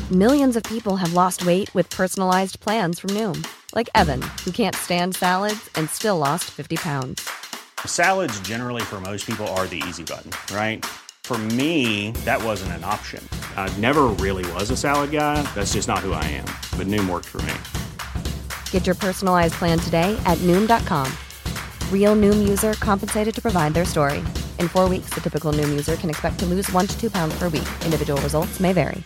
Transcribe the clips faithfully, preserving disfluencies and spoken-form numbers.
Millions of people have lost weight with personalized plans from Noom. Like Evan, who can't stand salads and still lost fifty pounds. Salads generally for most people are the easy button, right? For me, that wasn't an option. I never really was a salad guy. That's just not who I am. But Noom worked for me. Get your personalized plan today at Noom dot com. Real Noom user compensated to provide their story. In four weeks, the typical Noom user can expect to lose one to two pounds per week. Individual results may vary.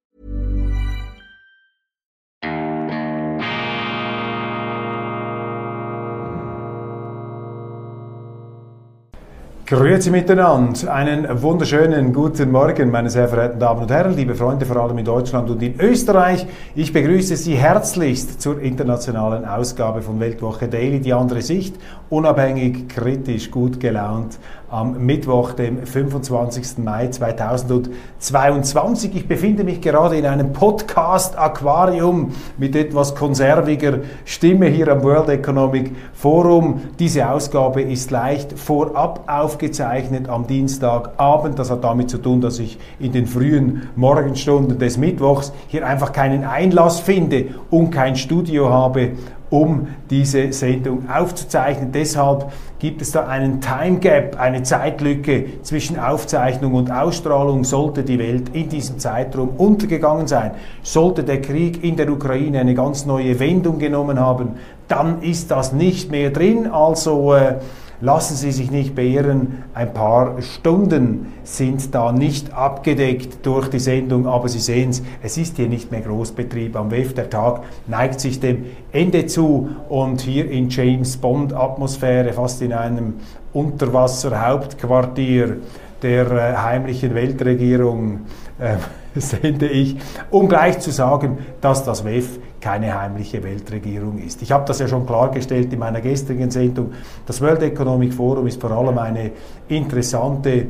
Grüezi miteinander, einen wunderschönen guten Morgen, meine sehr verehrten Damen und Herren, liebe Freunde, vor allem in Deutschland und in Österreich. Ich begrüße Sie herzlichst zur internationalen Ausgabe von Weltwoche Daily, die andere Sicht, unabhängig, kritisch, gut gelaunt, am Mittwoch, dem fünfundzwanzigsten Mai zweitausendzweiundzwanzig. Ich befinde mich gerade in einem Podcast-Aquarium mit etwas konserviger Stimme hier am World Economic Forum. Diese Ausgabe ist leicht vorab aufgezeichnet am Dienstagabend. Das hat damit zu tun, dass ich in den frühen Morgenstunden des Mittwochs hier einfach keinen Einlass finde und kein Studio habe, um diese Sendung aufzuzeichnen. Deshalb gibt es da einen Time Gap, eine Zeitlücke zwischen Aufzeichnung und Ausstrahlung. Sollte die Welt in diesem Zeitraum untergegangen sein, sollte der Krieg in der Ukraine eine ganz neue Wendung genommen haben, dann ist das nicht mehr drin. Also äh, lassen Sie sich nicht beirren, ein paar Stunden sind da nicht abgedeckt durch die Sendung, aber Sie sehen es, es ist hier nicht mehr Großbetrieb am W E F, der Tag neigt sich dem Ende zu und hier in James-Bond-Atmosphäre, fast in einem Unterwasser-Hauptquartier der äh, heimlichen Weltregierung, äh, sende ich, um gleich zu sagen, dass das W E F keine heimliche Weltregierung ist. Ich habe das ja schon klargestellt in meiner gestrigen Sendung. Das World Economic Forum ist vor allem eine interessante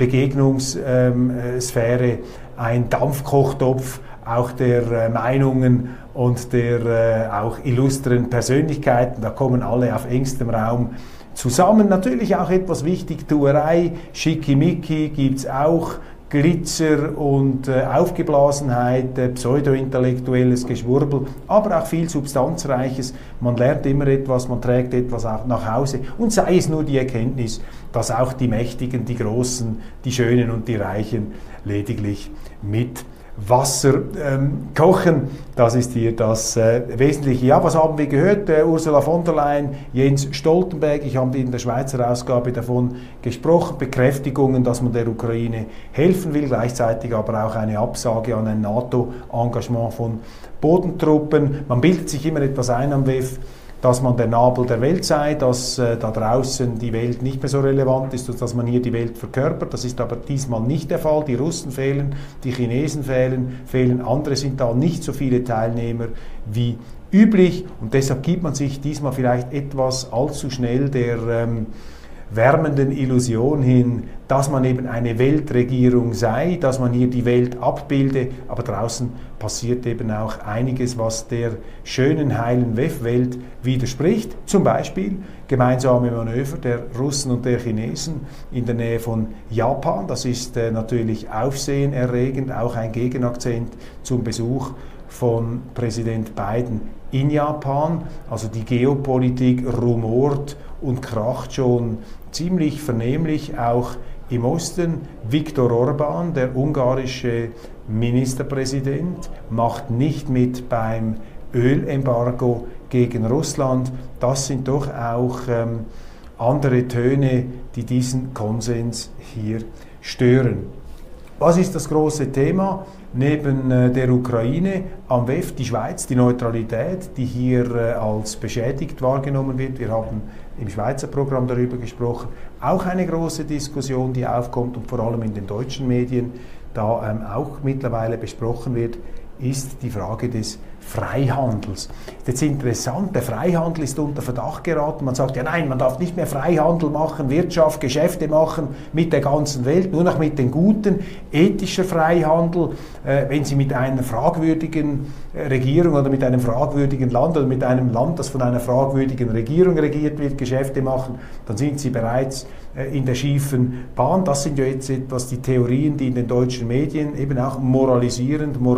Begegnungssphäre, ein Dampfkochtopf auch der Meinungen und der auch illustren Persönlichkeiten. Da kommen alle auf engstem Raum zusammen. Natürlich auch etwas Wichtigtuerei, Schickimicki gibt es auch, Glitzer und äh, Aufgeblasenheit, äh, pseudo-intellektuelles Geschwurbel, aber auch viel Substanzreiches. Man lernt immer etwas, man trägt etwas auch nach Hause und sei es nur die Erkenntnis, dass auch die Mächtigen, die Großen, die Schönen und die Reichen lediglich mit Wasser ähm, kochen. Das ist hier das äh, Wesentliche. Ja, was haben wir gehört? Äh, Ursula von der Leyen, Jens Stoltenberg, ich habe in der Schweizer Ausgabe davon gesprochen, Bekräftigungen, dass man der Ukraine helfen will, gleichzeitig aber auch eine Absage an ein NATO-Engagement von Bodentruppen. Man bildet sich immer etwas ein am W E F, dass man der Nabel der Welt sei, dass äh, da draußen die Welt nicht mehr so relevant ist und dass man hier die Welt verkörpert. Das ist aber diesmal nicht der Fall. Die Russen fehlen, die Chinesen fehlen, fehlen andere sind da, nicht so viele Teilnehmer wie üblich. Und deshalb gibt man sich diesmal vielleicht etwas allzu schnell der ähm, wärmenden Illusion hin, dass man eben eine Weltregierung sei, dass man hier die Welt abbilde, aber draußen passiert eben auch einiges, was der schönen, heilen W E F-Welt widerspricht. Zum Beispiel gemeinsame Manöver der Russen und der Chinesen in der Nähe von Japan. Das ist äh, natürlich aufsehenerregend, auch ein Gegenakzent zum Besuch von Präsident Biden in Japan. Also die Geopolitik rumort und kracht schon ziemlich vernehmlich auch im Osten. Viktor Orbán, der ungarische Ministerpräsident, macht nicht mit beim Ölembargo gegen Russland. Das sind doch auch ähm, andere Töne, die diesen Konsens hier stören. Was ist das große Thema? Neben äh, der Ukraine am W E F die Schweiz, die Neutralität, die hier äh, als beschädigt wahrgenommen wird. Wir haben im Schweizer Programm darüber gesprochen. Auch eine große Diskussion, die aufkommt und vor allem in den deutschen Medien da ähm, auch mittlerweile besprochen wird, ist die Frage des Freihandels. Das ist interessant, der Freihandel ist unter Verdacht geraten. Man sagt ja, nein, man darf nicht mehr Freihandel machen, Wirtschaft, Geschäfte machen mit der ganzen Welt, nur noch mit den Guten. Ethischer Freihandel, äh, wenn Sie mit einer fragwürdigen äh, Regierung oder mit einem fragwürdigen Land oder mit einem Land, das von einer fragwürdigen Regierung regiert wird, Geschäfte machen, dann sind Sie bereits äh, in der schiefen Bahn. Das sind ja jetzt etwas die Theorien, die in den deutschen Medien eben auch moralisierend, moralistisch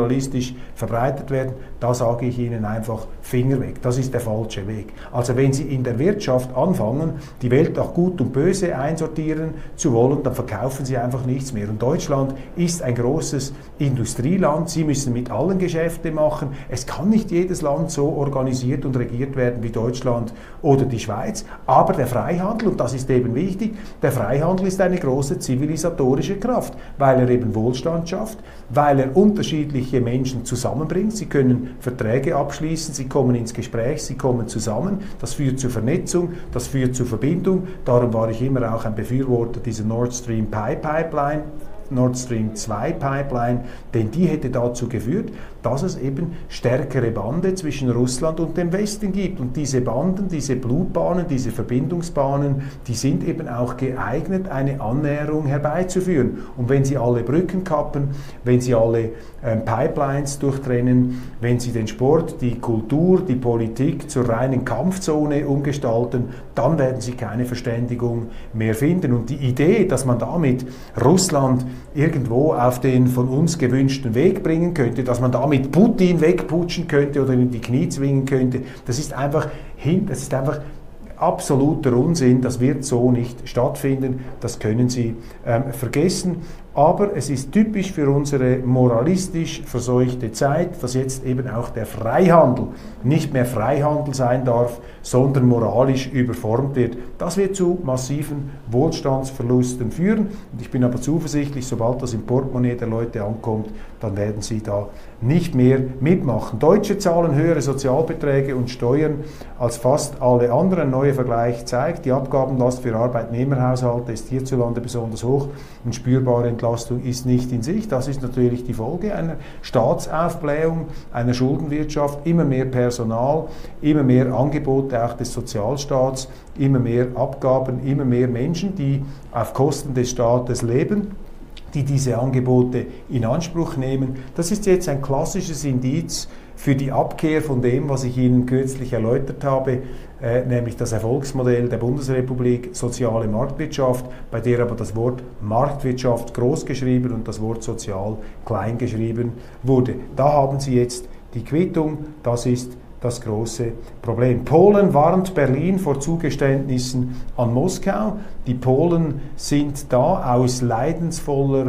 politisch verbreitet werden, da sage ich Ihnen einfach Finger weg. Das ist der falsche Weg. Also wenn Sie in der Wirtschaft anfangen, die Welt nach Gut und Böse einsortieren zu wollen, dann verkaufen Sie einfach nichts mehr. Und Deutschland ist ein großes Industrieland. Sie müssen mit allen Geschäfte machen. Es kann nicht jedes Land so organisiert und regiert werden wie Deutschland oder die Schweiz. Aber der Freihandel, und das ist eben wichtig, der Freihandel ist eine große zivilisatorische Kraft, weil er eben Wohlstand schafft, weil er unterschiedliche Menschen zusammenbringt. Sie können Verträge abschließen, sie kommen ins Gespräch, sie kommen zusammen. Das führt zur Vernetzung, das führt zur Verbindung. Darum war ich immer auch ein Befürworter dieser Nord Stream Pipeline, Nord Stream zwei Pipeline, denn die hätte dazu geführt, dass es eben stärkere Bande zwischen Russland und dem Westen gibt. Und diese Banden, diese Blutbahnen, diese Verbindungsbahnen, die sind eben auch geeignet, eine Annäherung herbeizuführen. Und wenn Sie alle Brücken kappen, wenn Sie alle ähm, Pipelines durchtrennen, wenn Sie den Sport, die Kultur, die Politik zur reinen Kampfzone umgestalten, dann werden Sie keine Verständigung mehr finden. Und die Idee, dass man damit Russland irgendwo auf den von uns gewünschten Weg bringen könnte, dass man damit Putin wegputschen könnte oder in die Knie zwingen könnte, das ist einfach hin, das ist einfach absoluter Unsinn, das wird so nicht stattfinden, das können Sie ähm, vergessen. Aber es ist typisch für unsere moralistisch verseuchte Zeit, dass jetzt eben auch der Freihandel nicht mehr Freihandel sein darf, sondern moralisch überformt wird. Das wird zu massiven Wohlstandsverlusten führen. Und ich bin aber zuversichtlich, sobald das im Portemonnaie der Leute ankommt, dann werden sie da nicht mehr mitmachen. Deutsche zahlen höhere Sozialbeträge und Steuern als fast alle anderen. Ein neuer Vergleich zeigt, die Abgabenlast für Arbeitnehmerhaushalte ist hierzulande besonders hoch und spürbare Entlastung ist nicht in Sicht. Das ist natürlich die Folge einer Staatsaufblähung, einer Schuldenwirtschaft, immer mehr Personal, immer mehr Angebote auch des Sozialstaats, immer mehr Abgaben, immer mehr Menschen, die auf Kosten des Staates leben, die diese Angebote in Anspruch nehmen. Das ist jetzt ein klassisches Indiz für die Abkehr von dem, was ich Ihnen kürzlich erläutert habe, äh, nämlich das Erfolgsmodell der Bundesrepublik, soziale Marktwirtschaft, bei der aber das Wort Marktwirtschaft groß geschrieben und das Wort sozial klein geschrieben wurde. Da haben Sie jetzt die Quittung, das ist das große Problem. Polen warnt Berlin vor Zugeständnissen an Moskau. Die Polen sind da aus leidensvoller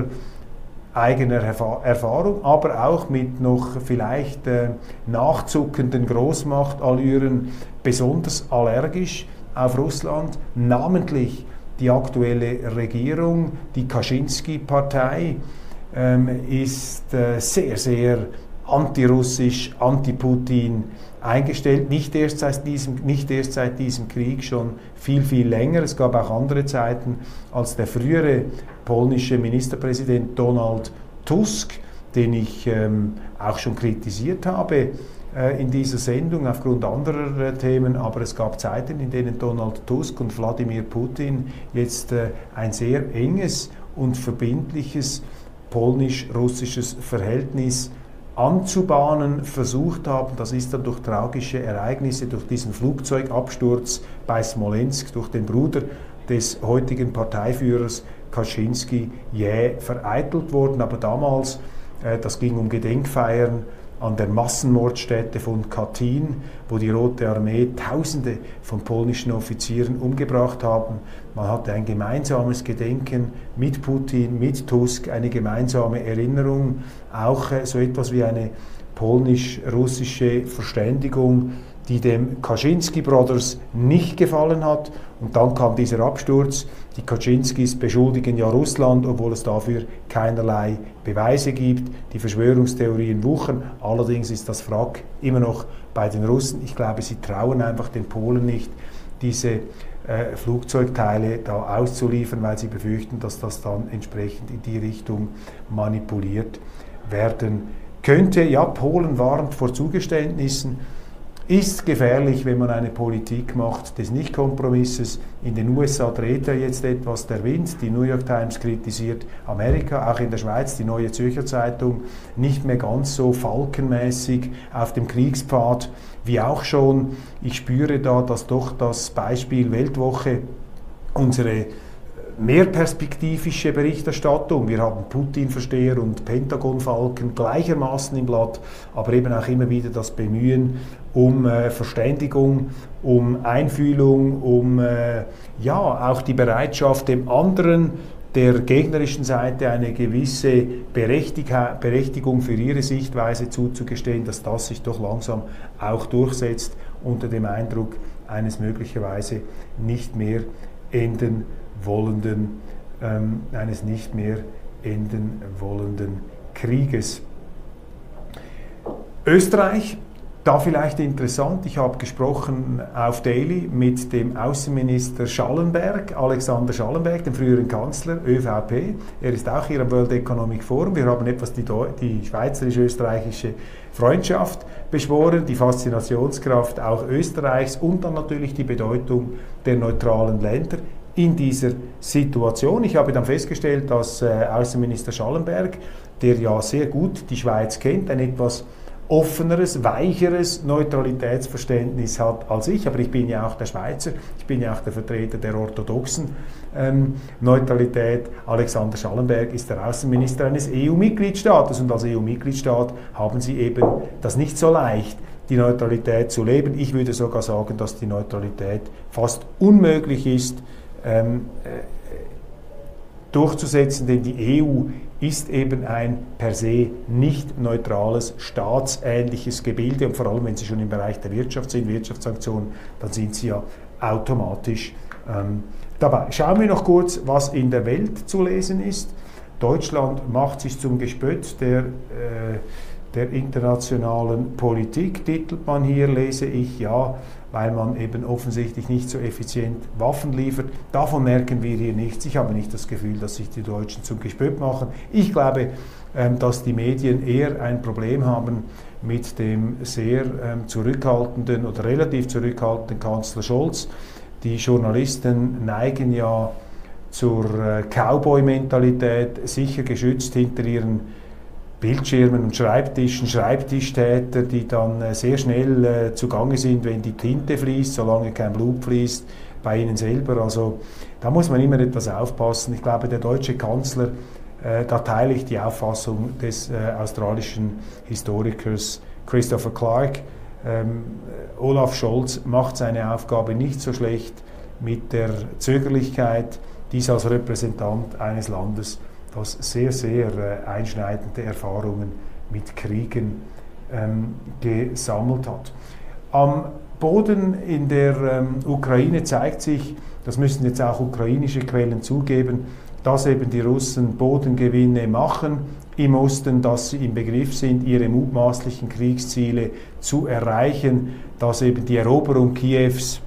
eigener Erfahrung, aber auch mit noch vielleicht äh, nachzuckenden Großmachtallüren besonders allergisch auf Russland, namentlich die aktuelle Regierung, die Kaczynski-Partei, ähm, ist äh, sehr, sehr antirussisch, anti-Putin eingestellt, nicht erst seit diesem, nicht erst seit diesem Krieg, schon viel, viel länger. Es gab auch andere Zeiten, als der frühere polnische Ministerpräsident Donald Tusk, den ich ähm, auch schon kritisiert habe äh, in dieser Sendung aufgrund anderer äh, Themen, aber es gab Zeiten, in denen Donald Tusk und Wladimir Putin jetzt äh, ein sehr enges und verbindliches polnisch-russisches Verhältnis anzubahnen versucht haben. Das ist dann durch tragische Ereignisse, durch diesen Flugzeugabsturz bei Smolensk, durch den Bruder des heutigen Parteiführers Kaczynski jäh vereitelt worden. Aber damals, äh, das ging um Gedenkfeiern an der Massenmordstätte von Katyn, wo die Rote Armee Tausende von polnischen Offizieren umgebracht haben. Man hatte ein gemeinsames Gedenken mit Putin, mit Tusk, eine gemeinsame Erinnerung, auch äh, so etwas wie eine polnisch-russische Verständigung, die dem Kaczynski Brothers nicht gefallen hat. Und dann kam dieser Absturz. Die Kaczynskis beschuldigen ja Russland, obwohl es dafür keinerlei Beweise gibt. Die Verschwörungstheorien wuchern. Allerdings ist das Wrack immer noch bei den Russen. Ich glaube, sie trauen einfach den Polen nicht, diese äh, Flugzeugteile da auszuliefern, weil sie befürchten, dass das dann entsprechend in die Richtung manipuliert werden könnte. Ja, Polen warnt vor Zugeständnissen. Ist gefährlich, wenn man eine Politik macht des Nichtkompromisses. In den U S A dreht ja jetzt etwas der Wind. Die New York Times kritisiert Amerika, auch in der Schweiz die Neue Zürcher Zeitung, nicht mehr ganz so falkenmäßig auf dem Kriegspfad wie auch schon. Ich spüre da, dass doch das Beispiel Weltwoche, unsere mehr perspektivische Berichterstattung. Wir haben Putin-Versteher und Pentagon-Falken gleichermaßen im Blatt, aber eben auch immer wieder das Bemühen um äh, Verständigung, um Einfühlung, um äh, ja, auch die Bereitschaft, dem anderen, der gegnerischen Seite, eine gewisse Berechtigung für ihre Sichtweise zuzugestehen, dass das sich doch langsam auch durchsetzt unter dem Eindruck eines möglicherweise nicht mehr enden wollenden, ähm, eines nicht mehr enden wollenden Krieges. Österreich, da vielleicht interessant, ich habe gesprochen auf Daily mit dem Außenminister Schallenberg, Alexander Schallenberg, dem früheren Kanzler, ÖVP. Er ist auch hier am World Economic Forum. Wir haben etwas die, die schweizerisch-österreichische Freundschaft beschworen, die Faszinationskraft auch Österreichs und dann natürlich die Bedeutung der neutralen Länder in dieser Situation. Ich habe dann festgestellt, dass äh, Außenminister Schallenberg, der ja sehr gut die Schweiz kennt, ein etwas offeneres, weicheres Neutralitätsverständnis hat als ich, aber ich bin ja auch der Schweizer, ich bin ja auch der Vertreter der orthodoxen ähm, Neutralität. Alexander Schallenberg ist der Außenminister eines E U-Mitgliedstaates und als E U-Mitgliedstaat haben sie eben das nicht so leicht, die Neutralität zu leben. Ich würde sogar sagen, dass die Neutralität fast unmöglich ist, ähm, äh, durchzusetzen, denn die E U ist eben ein per se nicht neutrales, staatsähnliches Gebilde und vor allem, wenn Sie schon im Bereich der Wirtschaft sind, Wirtschaftssanktionen, dann sind Sie ja automatisch ähm, dabei. Schauen wir noch kurz, was in der Welt zu lesen ist. Deutschland macht sich zum Gespött der, äh, der internationalen Politik, titelt man hier, lese ich, ja, weil man eben offensichtlich nicht so effizient Waffen liefert. Davon merken wir hier nichts. Ich habe nicht das Gefühl, dass sich die Deutschen zum Gespött machen. Ich glaube, ähm, dass die Medien eher ein Problem haben mit dem sehr ähm, zurückhaltenden oder relativ zurückhaltenden Kanzler Scholz. Die Journalisten neigen ja zur äh, Cowboy-Mentalität, sicher geschützt hinter ihren Bildschirmen und Schreibtischen, Schreibtischtäter, die dann äh, sehr schnell äh, zugange sind, wenn die Tinte fließt, solange kein Blut fließt, bei ihnen selber. Also da muss man immer etwas aufpassen. Ich glaube, der deutsche Kanzler, äh, da teile ich die Auffassung des äh, australischen Historikers Christopher Clark. Ähm, Olaf Scholz macht seine Aufgabe nicht so schlecht mit der Zögerlichkeit, dies als Repräsentant eines Landes, das sehr, sehr äh, einschneidende Erfahrungen mit Kriegen ähm, gesammelt hat. Am Boden in der ähm, Ukraine zeigt sich, das müssen jetzt auch ukrainische Quellen zugeben, dass eben die Russen Bodengewinne machen im Osten, dass sie im Begriff sind, ihre mutmaßlichen Kriegsziele zu erreichen, dass eben die Eroberung Kiews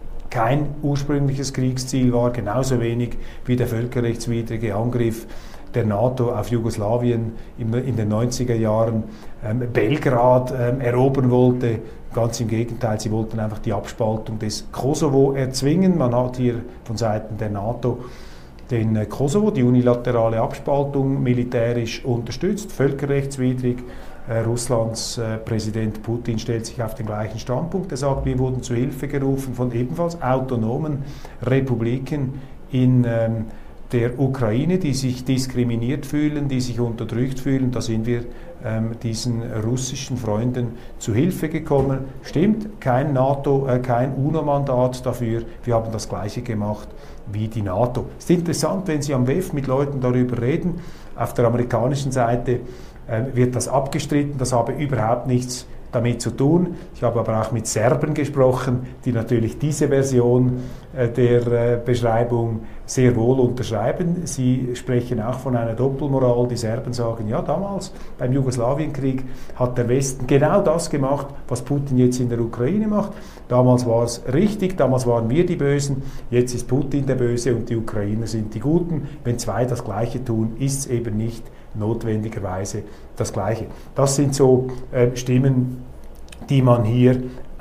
kein ursprüngliches Kriegsziel war, genauso wenig wie der völkerrechtswidrige Angriff der NATO auf Jugoslawien in den neunziger Jahren ähm, Belgrad ähm, erobern wollte. Ganz im Gegenteil, sie wollten einfach die Abspaltung des Kosovo erzwingen. Man hat hier von Seiten der NATO den äh, Kosovo, die unilaterale Abspaltung militärisch unterstützt, völkerrechtswidrig. Äh, Russlands äh, Präsident Putin stellt sich auf den gleichen Standpunkt. Er sagt, wir wurden zu Hilfe gerufen von ebenfalls autonomen Republiken in ähm, der Ukraine, die sich diskriminiert fühlen, die sich unterdrückt fühlen. Da sind wir ähm, diesen russischen Freunden zu Hilfe gekommen. Stimmt, kein NATO, äh, kein UNO-Mandat dafür. Wir haben das Gleiche gemacht wie die NATO. Es ist interessant, wenn Sie am W E F mit Leuten darüber reden. Auf der amerikanischen Seite äh, wird das abgestritten. Das habe überhaupt nichts damit zu tun. Ich habe aber auch mit Serben gesprochen, die natürlich diese Version äh, der äh, Beschreibung sehr wohl unterschreiben. Sie sprechen auch von einer Doppelmoral. Die Serben sagen, ja, damals beim Jugoslawienkrieg hat der Westen genau das gemacht, was Putin jetzt in der Ukraine macht. Damals war es richtig, damals waren wir die Bösen, jetzt ist Putin der Böse und die Ukrainer sind die Guten. Wenn zwei das Gleiche tun, ist es eben nicht notwendigerweise das Gleiche. Das sind so äh, Stimmen, die man hier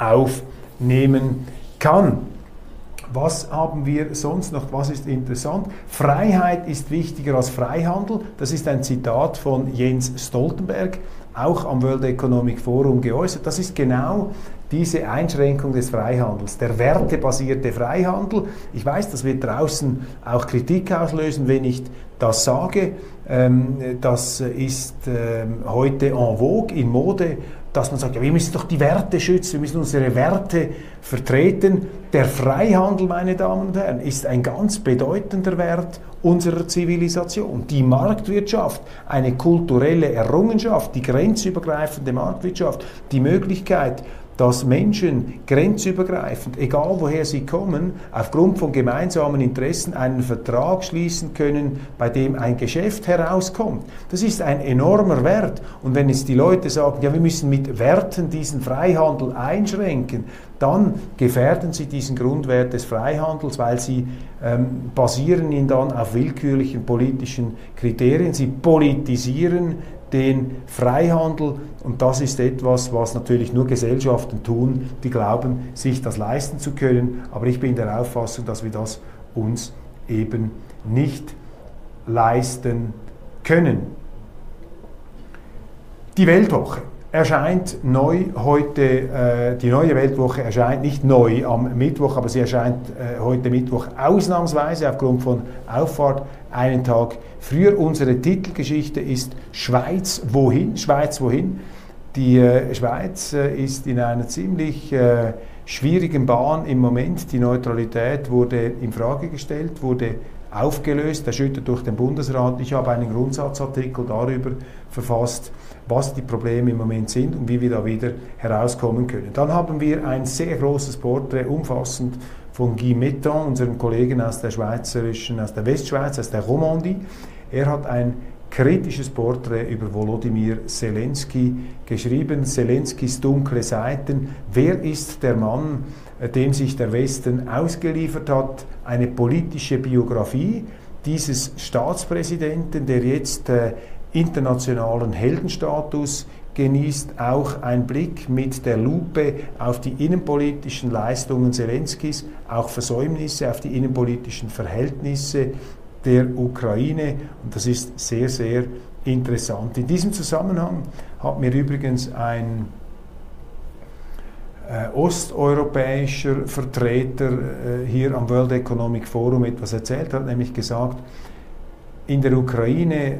aufnehmen kann. Was haben wir sonst noch? Was ist interessant? Freiheit ist wichtiger als Freihandel. Das ist ein Zitat von Jens Stoltenberg, auch am World Economic Forum geäußert. Das ist genau diese Einschränkung des Freihandels, der wertebasierte Freihandel. Ich weiß, das wird draußen auch Kritik auslösen, wenn ich das sage. Das ist heute en vogue, in Mode, dass man sagt, ja, wir müssen doch die Werte schützen, wir müssen unsere Werte vertreten. Der Freihandel, meine Damen und Herren, ist ein ganz bedeutender Wert unserer Zivilisation. Die Marktwirtschaft, eine kulturelle Errungenschaft, die grenzübergreifende Marktwirtschaft, die Möglichkeit, dass Menschen grenzübergreifend, egal woher sie kommen, aufgrund von gemeinsamen Interessen einen Vertrag schließen können, bei dem ein Geschäft herauskommt. Das ist ein enormer Wert. Und wenn jetzt die Leute sagen, ja, wir müssen mit Werten diesen Freihandel einschränken, dann gefährden sie diesen Grundwert des Freihandels, weil sie ähm, basieren ihn dann auf willkürlichen politischen Kriterien. Sie politisieren den Freihandel, und das ist etwas, was natürlich nur Gesellschaften tun, die glauben, sich das leisten zu können. Aber ich bin der Auffassung, dass wir das uns eben nicht leisten können. Die Weltwoche erscheint neu heute, äh, die neue Weltwoche erscheint nicht neu am Mittwoch, aber sie erscheint äh, heute Mittwoch ausnahmsweise aufgrund von Auffahrt einen Tag früher. Unsere Titelgeschichte ist Schweiz wohin? Schweiz wohin? Die äh, Schweiz äh, ist in einer ziemlich äh, schwierigen Bahn im Moment. Die Neutralität wurde in Frage gestellt, wurde aufgelöst, erschüttert durch den Bundesrat. Ich habe einen Grundsatzartikel darüber verfasst, was die Probleme im Moment sind und wie wir da wieder herauskommen können. Dann haben wir ein sehr großes Porträt, umfassend, von Guy Mettan, unserem Kollegen aus der schweizerischen, aus der Westschweiz, aus der Romandie. Er hat ein kritisches Porträt über Volodymyr Zelensky geschrieben, Zelenskys dunkle Seiten. Wer ist der Mann, dem sich der Westen ausgeliefert hat? Eine politische Biografie dieses Staatspräsidenten, der jetzt äh, internationalen Heldenstatus genießt, auch ein Blick mit der Lupe auf die innenpolitischen Leistungen Zelenskys, auch Versäumnisse, auf die innenpolitischen Verhältnisse der Ukraine, und das ist sehr, sehr interessant. In diesem Zusammenhang hat mir übrigens ein äh, osteuropäischer Vertreter äh, hier am World Economic Forum etwas erzählt, hat nämlich gesagt, in der Ukraine äh,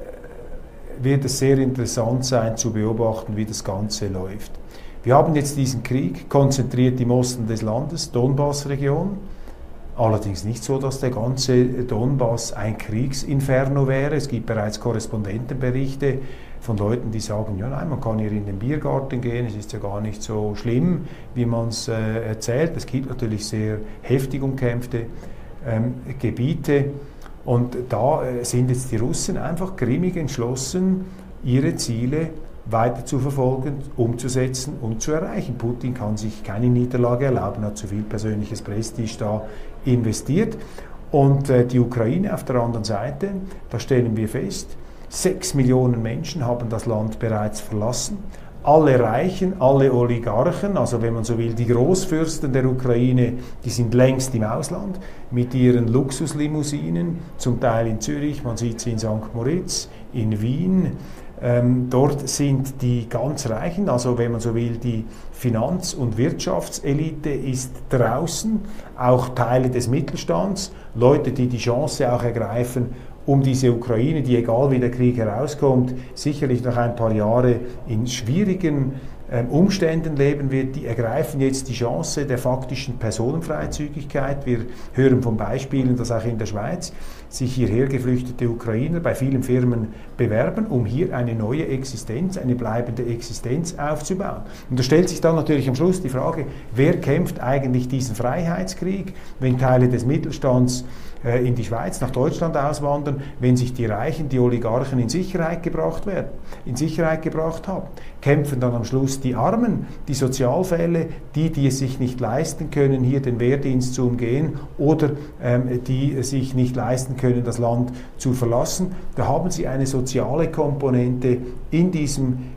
wird es sehr interessant sein zu beobachten, wie das Ganze läuft. Wir haben jetzt diesen Krieg konzentriert im Osten des Landes, Donbass-Region. Allerdings nicht so, dass der ganze Donbass ein Kriegsinferno wäre. Es gibt bereits Korrespondentenberichte von Leuten, die sagen, ja nein, man kann hier in den Biergarten gehen, es ist ja gar nicht so schlimm, wie man es äh, erzählt. Es gibt natürlich sehr heftig umkämpfte ähm, Gebiete. Und da äh, sind jetzt die Russen einfach grimmig entschlossen, ihre Ziele weiter zu verfolgen, umzusetzen und zu erreichen. Putin kann sich keine Niederlage erlauben, hat zu viel persönliches Prestige da investiert. Und äh, die Ukraine auf der anderen Seite, da stellen wir fest, sechs Millionen Menschen haben das Land bereits verlassen. Alle Reichen, alle Oligarchen, also wenn man so will, die Großfürsten der Ukraine, die sind längst im Ausland mit ihren Luxuslimousinen, zum Teil in Zürich, man sieht sie in Sankt Moritz, in Wien. Ähm, dort sind die ganz Reichen, also wenn man so will, die Finanz- und Wirtschaftselite ist draußen, auch Teile des Mittelstands, Leute, die die Chance auch ergreifen, um diese Ukraine, die egal wie der Krieg herauskommt, sicherlich noch ein paar Jahre in schwierigen ähm, Umständen leben wird, die ergreifen jetzt die Chance der faktischen Personenfreizügigkeit. Wir hören von Beispielen, dass auch in der Schweiz sich hierher geflüchtete Ukrainer bei vielen Firmen bewerben, um hier eine neue Existenz, eine bleibende Existenz aufzubauen. Und da stellt sich dann natürlich am Schluss die Frage, wer kämpft eigentlich diesen Freiheitskrieg, wenn Teile des Mittelstands äh, in die Schweiz, nach Deutschland auswandern, wenn sich die Reichen, die Oligarchen in Sicherheit gebracht werden, in Sicherheit gebracht haben. Kämpfen dann am Schluss die Armen, die Sozialfälle, die, die es sich nicht leisten können, hier den Wehrdienst zu umgehen oder ähm, die sich nicht leisten können, das Land zu verlassen. Da haben Sie eine soziale Komponente in diesem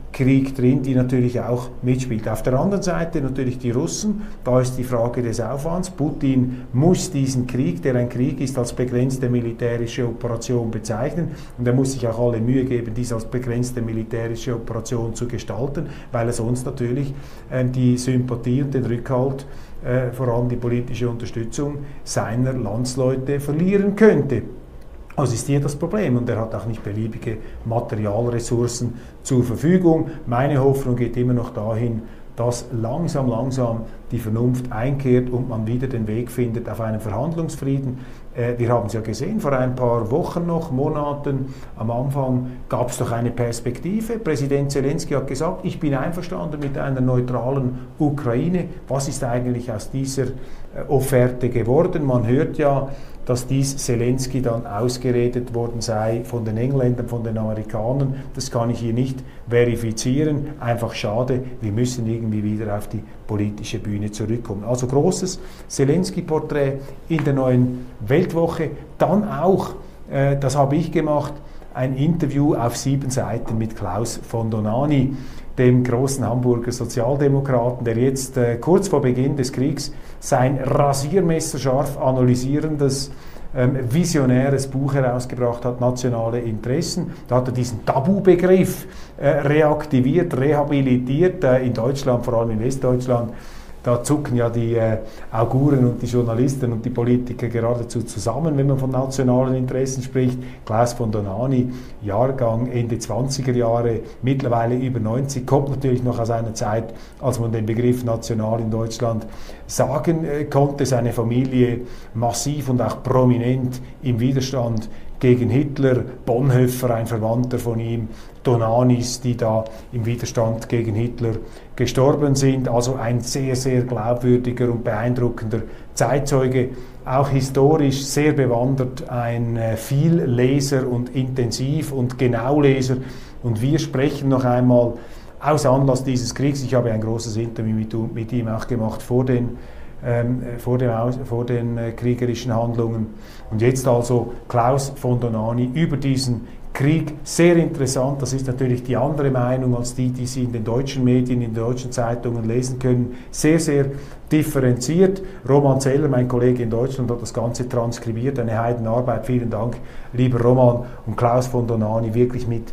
Krieg drin, die natürlich auch mitspielt. Auf der anderen Seite natürlich die Russen, da ist die Frage des Aufwands. Putin muss diesen Krieg, der ein Krieg ist, als begrenzte militärische Operation bezeichnen und er muss sich auch alle Mühe geben, dies als begrenzte militärische Operation zu gestalten, weil er sonst natürlich äh, die Sympathie und den Rückhalt, äh, vor allem die politische Unterstützung seiner Landsleute verlieren könnte. Also ist hier das Problem und er hat auch nicht beliebige Materialressourcen zur Verfügung. Meine Hoffnung geht immer noch dahin, dass langsam, langsam die Vernunft einkehrt und man wieder den Weg findet auf einen Verhandlungsfrieden. Äh, wir haben es ja gesehen, vor ein paar Wochen noch, Monaten, am Anfang gab es doch eine Perspektive. Präsident Zelensky hat gesagt, ich bin einverstanden mit einer neutralen Ukraine. Was ist eigentlich aus dieser äh, Offerte geworden? Man hört ja, dass dies Zelensky dann ausgeredet worden sei von den Engländern, von den Amerikanern. Das kann ich hier nicht verifizieren. Einfach schade, wir müssen irgendwie wieder auf die politische Bühne zurückkommen. Also großes Zelensky-Porträt in der neuen Weltwoche. Dann auch, äh, das habe ich gemacht, ein Interview auf sieben Seiten mit Klaus von Donani, dem großen Hamburger Sozialdemokraten, der jetzt äh, kurz vor Beginn des Kriegs sein rasiermesserscharf analysierendes, ähm, visionäres Buch herausgebracht hat, Nationale Interessen. Da hat er diesen Tabubegriff äh, reaktiviert, rehabilitiert, äh, in Deutschland, vor allem in Westdeutschland. Da zucken ja die äh, Auguren und die Journalisten und die Politiker geradezu zusammen, wenn man von nationalen Interessen spricht. Klaus von Donani, Jahrgang Ende zwanziger Jahre, mittlerweile über neunzig, kommt natürlich noch aus einer Zeit, als man den Begriff national in Deutschland sagen äh, konnte. Seine Familie massiv und auch prominent im Widerstand gegen Hitler, Bonhoeffer, ein Verwandter von ihm, Donanis, die da im Widerstand gegen Hitler gestorben sind. Also ein sehr, sehr glaubwürdiger und beeindruckender Zeitzeuge, auch historisch sehr bewandert, ein äh, Vielleser und Intensiv- und Genauleser. Und wir sprechen noch einmal aus Anlass dieses Kriegs. Ich habe ein großes Interview mit, mit ihm auch gemacht vor den Ähm, vor, dem, vor den äh, kriegerischen Handlungen. Und jetzt also Klaus von Donani über diesen Krieg. Sehr interessant, das ist natürlich die andere Meinung als die, die Sie in den deutschen Medien, in den deutschen Zeitungen lesen können. Sehr, sehr differenziert. Roman Zeller, mein Kollege in Deutschland, hat das Ganze transkribiert. Eine Heidenarbeit. Vielen Dank, lieber Roman. Und Klaus von Donani wirklich mit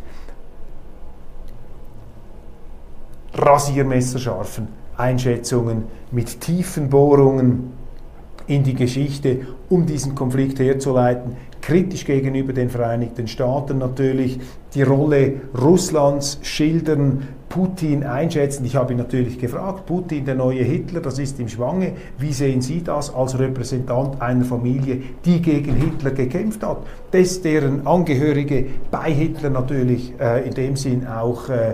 rasiermesserscharfen Einschätzungen, mit tiefen Bohrungen in die Geschichte, um diesen Konflikt herzuleiten, kritisch gegenüber den Vereinigten Staaten natürlich, die Rolle Russlands schildern, Putin einschätzen. Ich habe ihn natürlich gefragt, Putin, der neue Hitler, das ist im Schwange. Wie sehen Sie das als Repräsentant einer Familie, die gegen Hitler gekämpft hat, dass deren Angehörige bei Hitler natürlich äh, in dem Sinn auch äh,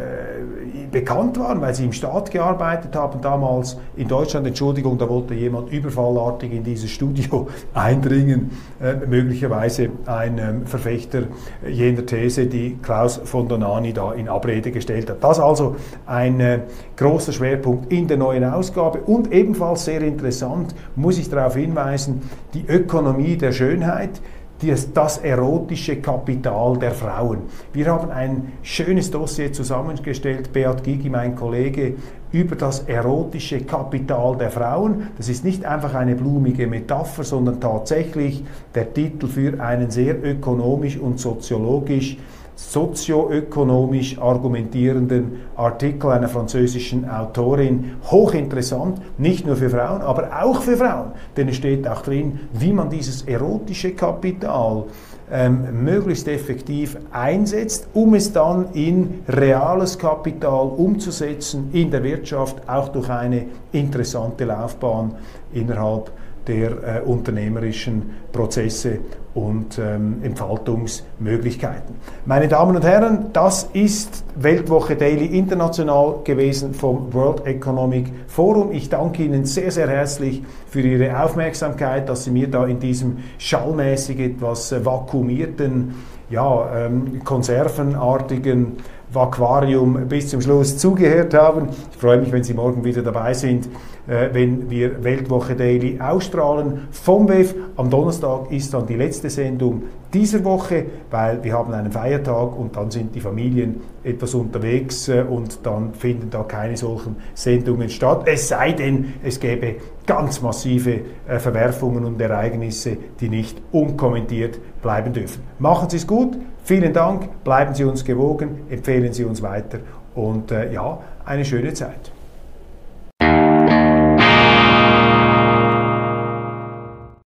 bekannt waren, weil sie im Staat gearbeitet haben damals in Deutschland. Entschuldigung, da wollte jemand überfallartig in dieses Studio eindringen, äh, möglicherweise ein ähm, Verfechter jener These, die Klaus von Donani da in Abrede gestellt hat. Das also ein äh, großer Schwerpunkt in der neuen Ausgabe und ebenfalls sehr interessant, muss ich darauf hinweisen, die Ökonomie der Schönheit, Das, das erotische Kapital der Frauen. Wir haben ein schönes Dossier zusammengestellt, Beat Gigi, mein Kollege, über das erotische Kapital der Frauen. Das ist nicht einfach eine blumige Metapher, sondern tatsächlich der Titel für einen sehr ökonomisch und soziologisch sozioökonomisch argumentierenden Artikel einer französischen Autorin. Hochinteressant, nicht nur für Frauen, aber auch für Frauen, denn es steht auch drin, wie man dieses erotische Kapital ähm, möglichst effektiv einsetzt, um es dann in reales Kapital umzusetzen in der Wirtschaft, auch durch eine interessante Laufbahn innerhalb der äh, unternehmerischen Prozesse und ähm, Entfaltungsmöglichkeiten. Meine Damen und Herren, das ist Weltwoche Daily International gewesen vom World Economic Forum. Ich danke Ihnen sehr, sehr herzlich für Ihre Aufmerksamkeit, dass Sie mir da in diesem schallmäßig etwas äh, vakuumierten, ja, ähm, konservenartigen Aquarium bis zum Schluss zugehört haben. Ich freue mich, wenn Sie morgen wieder dabei sind, äh, wenn wir Weltwoche Daily ausstrahlen vom W E F. Am Donnerstag ist dann die letzte Sendung dieser Woche, weil wir haben einen Feiertag und dann sind die Familien etwas unterwegs äh, und dann finden da keine solchen Sendungen statt. Es sei denn, es gäbe ganz massive äh, Verwerfungen und Ereignisse, die nicht unkommentiert bleiben dürfen. Machen Sie es gut, vielen Dank, bleiben Sie uns gewogen, empfehlen Sie uns weiter und äh, ja, eine schöne Zeit.